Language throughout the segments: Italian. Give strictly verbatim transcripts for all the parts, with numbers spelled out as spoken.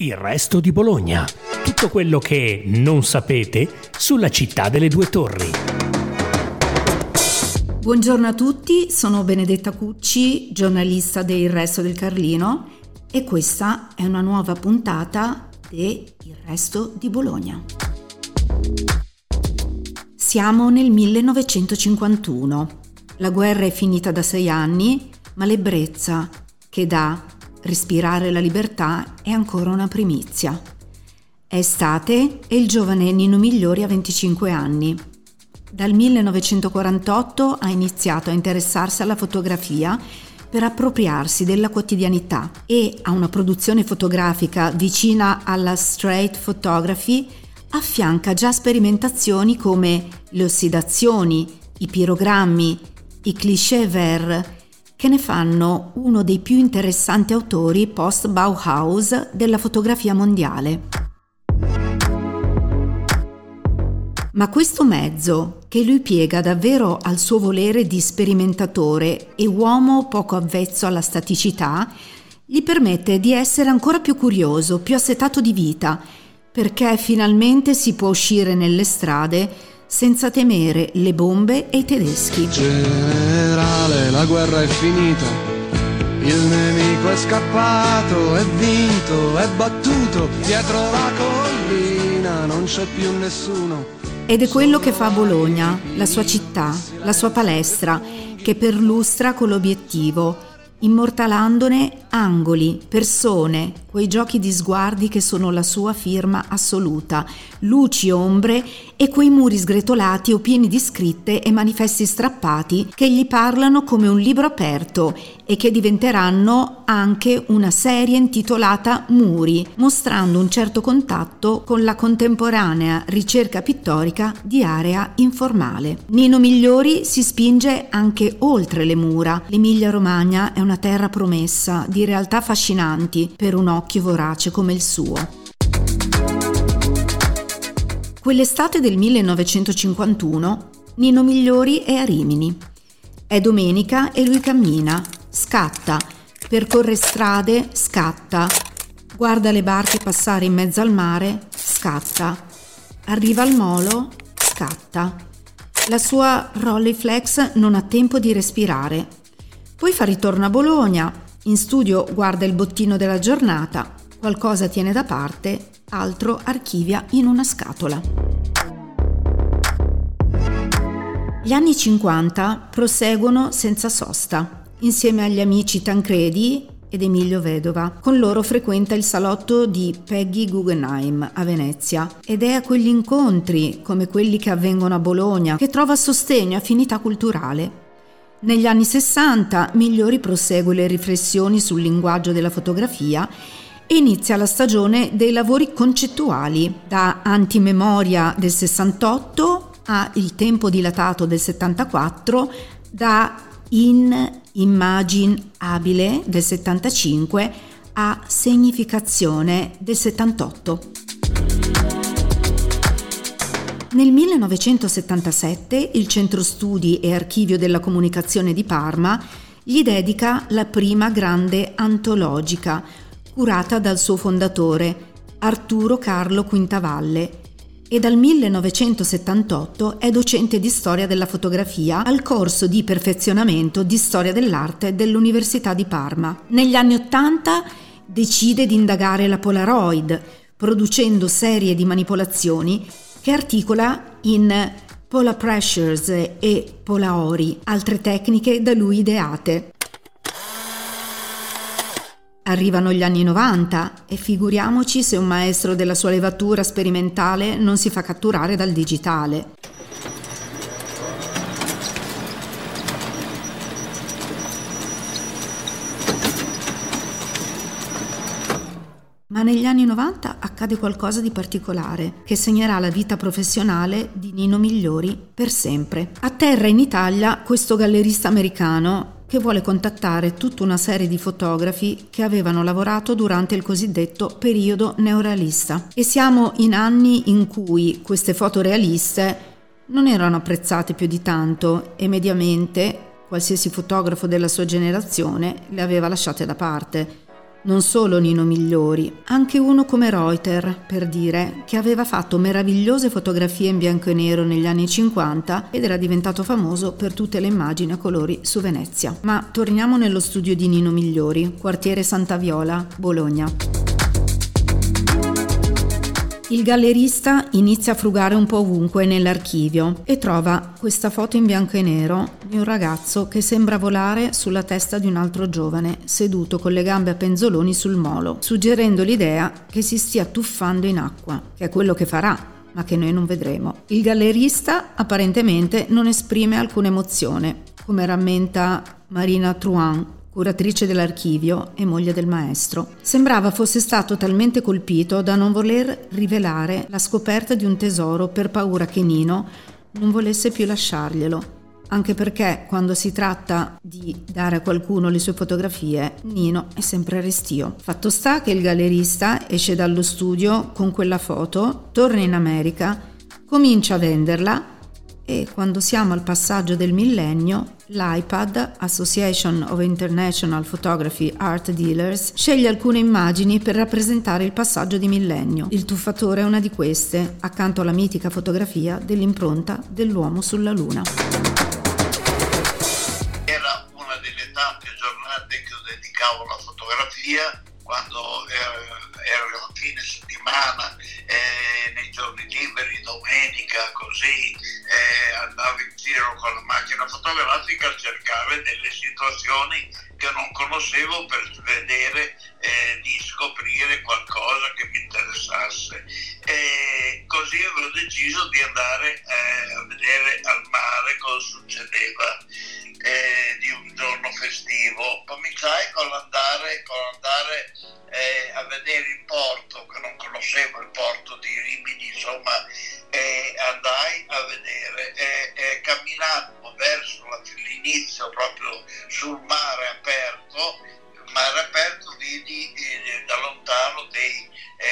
Il resto di Bologna. Tutto quello che non sapete sulla città delle due torri. Buongiorno a tutti, sono Benedetta Cucci, giornalista de Il Resto del Carlino, e questa è una nuova puntata de Il Resto di Bologna. Siamo nel millenovecentocinquantuno. La guerra è finita da sei anni, ma l'ebbrezza che dà respirare la libertà è ancora una primizia. È estate e il giovane Nino Migliori ha venticinque anni. Dal millenovecentoquarantotto ha iniziato a interessarsi alla fotografia per appropriarsi della quotidianità e a una produzione fotografica vicina alla street photography affianca già sperimentazioni come le ossidazioni, i pirogrammi, i cliché vert, che ne fanno uno dei più interessanti autori post-Bauhaus della fotografia mondiale. Ma questo mezzo, che lui piega davvero al suo volere di sperimentatore e uomo poco avvezzo alla staticità, gli permette di essere ancora più curioso, più assetato di vita, perché finalmente si può uscire nelle strade senza temere le bombe e i tedeschi. Generale, la guerra è finita, il nemico è scappato, è vinto, è battuto, dietro la collina non c'è più nessuno. Ed è quello che fa Bologna, la sua città, la sua palestra, che perlustra con l'obiettivo, immortalandone angoli, persone, quei giochi di sguardi che sono la sua firma assoluta, luci, ombre e quei muri sgretolati o pieni di scritte e manifesti strappati che gli parlano come un libro aperto e che diventeranno anche una serie intitolata Muri, mostrando un certo contatto con la contemporanea ricerca pittorica di area informale. Nino Migliori si spinge anche oltre le mura. L'Emilia-Romagna è una terra promessa di realtà affascinanti per un occhio vorace come il suo. Quell'estate del millenovecentocinquantuno Nino Migliori è a Rimini. È domenica e lui cammina, scatta, percorre strade, scatta, guarda le barche passare in mezzo al mare, scatta, arriva al molo, scatta. La sua Rolleiflex non ha tempo di respirare. Poi fa ritorno a Bologna, in studio guarda il bottino della giornata, qualcosa tiene da parte, altro archivia in una scatola. Gli anni cinquanta proseguono senza sosta, insieme agli amici Tancredi ed Emilio Vedova. Con loro frequenta il salotto di Peggy Guggenheim a Venezia ed è a quegli incontri, come quelli che avvengono a Bologna, che trova sostegno e affinità culturale. Negli anni sessanta Migliori prosegue le riflessioni sul linguaggio della fotografia e inizia la stagione dei lavori concettuali, da Antimemoria del sessantotto a Il tempo dilatato del settantaquattro, da In Immagine abile del settantacinque a Significazione del settantotto. Nel millenovecentosettantasette il Centro Studi e Archivio della Comunicazione di Parma gli dedica la prima grande antologica, curata dal suo fondatore, Arturo Carlo Quintavalle, e dal millenovecentosettantotto è docente di storia della fotografia al corso di perfezionamento di storia dell'arte dell'Università di Parma. Negli anni Ottanta decide di indagare la Polaroid, producendo serie di manipolazioni che articola in Pola Pressures e Polaori, altre tecniche da lui ideate. Arrivano gli anni novanta e figuriamoci se un maestro della sua levatura sperimentale non si fa catturare dal digitale. Ma negli anni novanta accade qualcosa di particolare che segnerà la vita professionale di Nino Migliori per sempre. Atterra in Italia questo gallerista americano che vuole contattare tutta una serie di fotografi che avevano lavorato durante il cosiddetto periodo neorealista. E siamo in anni in cui queste foto realiste non erano apprezzate più di tanto e mediamente qualsiasi fotografo della sua generazione le aveva lasciate da parte. Non solo Nino Migliori, anche uno come Reuter, per dire, che aveva fatto meravigliose fotografie in bianco e nero negli anni cinquanta ed era diventato famoso per tutte le immagini a colori su Venezia. Ma torniamo nello studio di Nino Migliori, quartiere Santa Viola, Bologna. Il gallerista inizia a frugare un po' ovunque nell'archivio e trova questa foto in bianco e nero di un ragazzo che sembra volare sulla testa di un altro giovane, seduto con le gambe a penzoloni sul molo, suggerendo l'idea che si stia tuffando in acqua, che è quello che farà, ma che noi non vedremo. Il gallerista apparentemente non esprime alcuna emozione, come rammenta Marina Truan, curatrice dell'archivio e moglie del maestro. Sembrava fosse stato talmente colpito da non voler rivelare la scoperta di un tesoro per paura che Nino non volesse più lasciarglielo. Anche perché quando si tratta di dare a qualcuno le sue fotografie, Nino è sempre restio. Fatto sta che il gallerista esce dallo studio con quella foto, torna in America, comincia a venderla e quando siamo al passaggio del millennio, l'I-P A D, Association of International Photography Art Dealers, sceglie alcune immagini per rappresentare il passaggio di millennio. Il tuffatore è una di queste, accanto alla mitica fotografia dell'impronta dell'uomo sulla Luna. Era una delle tante giornate che io dedicavo alla fotografia, quando ero a fine settimana, eh, nei giorni liberi, domenica, così, eh, andavo in giro con la macchina fotografica a cercare delle situazioni che non conoscevo per vedere, eh, di scoprire qualcosa che mi interessasse. E così avevo deciso di andare eh, a vedere al mare cosa succedeva eh, di un giorno festivo. Cominciai con l'andare, con l'andare eh, a vedere il porto, che non conoscevo il porto di Rimini, insomma, e andai a vedere e, e camminando verso la, l'inizio proprio sul mare aperto, mare aperto vidi eh, da lontano dei,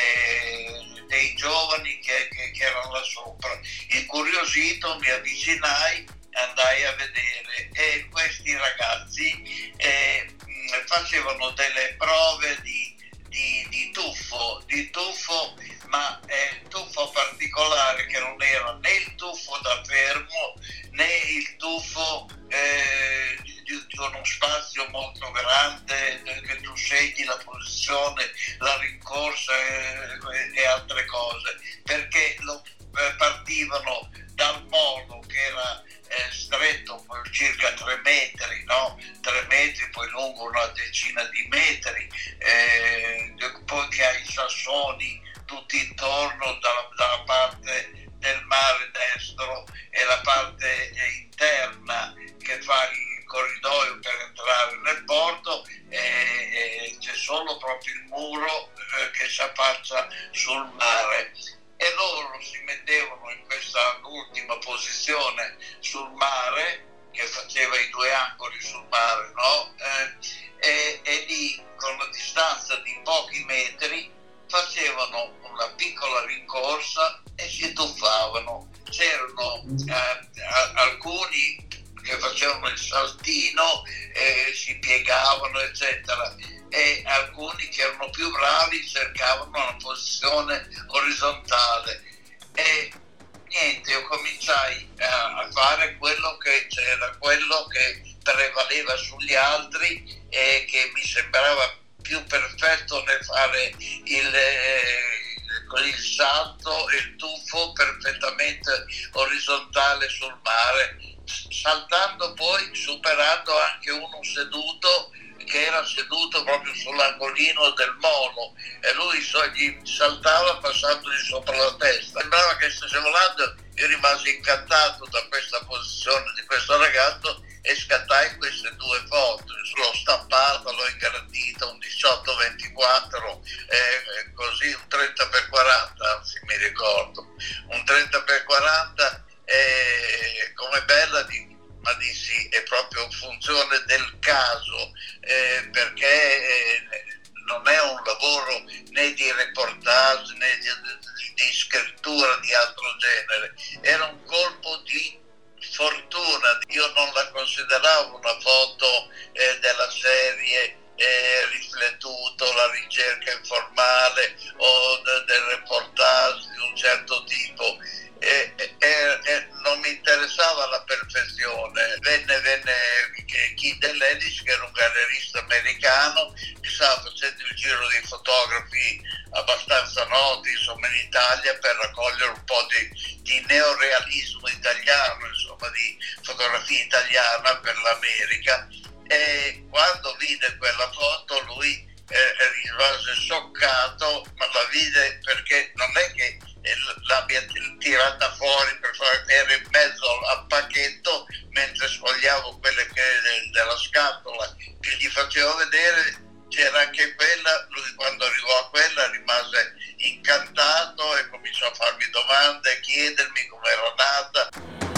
eh, dei giovani che, che, che erano là sopra. Incuriosito mi avvicinai, andai a vedere e questi ragazzi eh, facevano delle prove di Di, di tuffo, di tuffo, ma eh, tuffo particolare che non era né il tuffo da fermo né il tuffo eh, di, di uno spazio molto grande eh, che tu scegli la posizione, la rincorsa eh, e altre cose, perché lo, eh, partivano dal molo che era eh, stretto circa tre metri, no? tre metri, poi lungo una decina di metri, eh, poi che hai i sassoni tutti intorno dalla, dalla parte del mare destro e la parte eh, interna che fa il corridoio per entrare nel porto, e eh, eh, c'è solo proprio il muro eh, che si affaccia sul mare. E loro si mettevano in questa ultima posizione sul mare, che faceva i due angoli sul mare, no? Eh, e, e lì, con una distanza di pochi metri, facevano una piccola rincorsa e si tuffavano. C'erano eh, alcuni che facevano il saltino, eh, si piegavano, eccetera. E alcuni che erano più bravi cercavano una posizione orizzontale e niente, io cominciai a, a fare quello che c'era, quello che prevaleva sugli altri e che mi sembrava più perfetto nel fare il, eh, il salto e il tuffo perfettamente orizzontale sul mare, saltando poi, superando anche uno seduto che era seduto proprio sull'angolino del molo e lui so, gli saltava passandogli sopra la testa. Sembrava che stesse volando. Io rimasi incantato da questa posizione di questo ragazzo e scattai queste due foto. L'ho stampata, l'ho ingrandita, un diciotto ventiquattro, eh, così un trenta per quaranta, se mi ricordo, un trenta per quaranta, eh, come bella di ma dissi è proprio funzione del caso, eh, perché eh, non è un lavoro né di reportage né di, di, di scrittura di altro genere, era un colpo di fortuna. Io non la consideravo una foto eh, della serie eh, riflettuto, la ricerca informale o de, del reportage di un certo tipo. E, e, e non mi interessava la perfezione. Venne, venne Keith Dell'Edish, che era un gallerista americano, che stava facendo il giro di fotografi abbastanza noti, insomma, in Italia, per raccogliere un po' di, di neorealismo italiano, insomma, di fotografia italiana per l'America. E quando vide quella foto lui eh, rimase scioccato, ma la vide perché non è che l'abbia tirata fuori, per fare, era in mezzo al pacchetto mentre sfogliavo quelle che della scatola che gli facevo vedere, c'era anche quella. Lui, quando arrivò a quella, rimase incantato e cominciò a farmi domande, a chiedermi come era nata.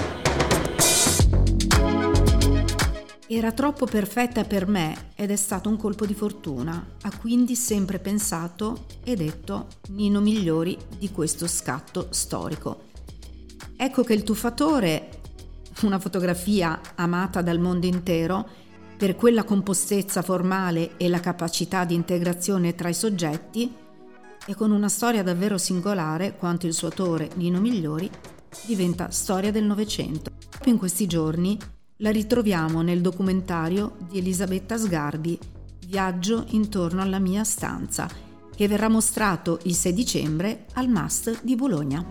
Era troppo perfetta per me ed è stato un colpo di fortuna. Ha quindi sempre pensato e detto Nino Migliori di questo scatto storico. Ecco che il tuffatore, una fotografia amata dal mondo intero per quella compostezza formale e la capacità di integrazione tra i soggetti, e con una storia davvero singolare quanto il suo autore Nino Migliori, diventa storia del Novecento. Proprio in questi giorni la ritroviamo nel documentario di Elisabetta Sgarbi, Viaggio intorno alla mia stanza, che verrà mostrato il sei dicembre al M A S T di Bologna.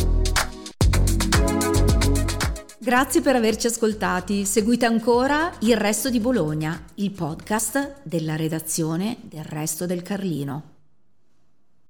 Grazie per averci ascoltati. Seguite ancora Il Resto di Bologna, il podcast della redazione del Resto del Carlino.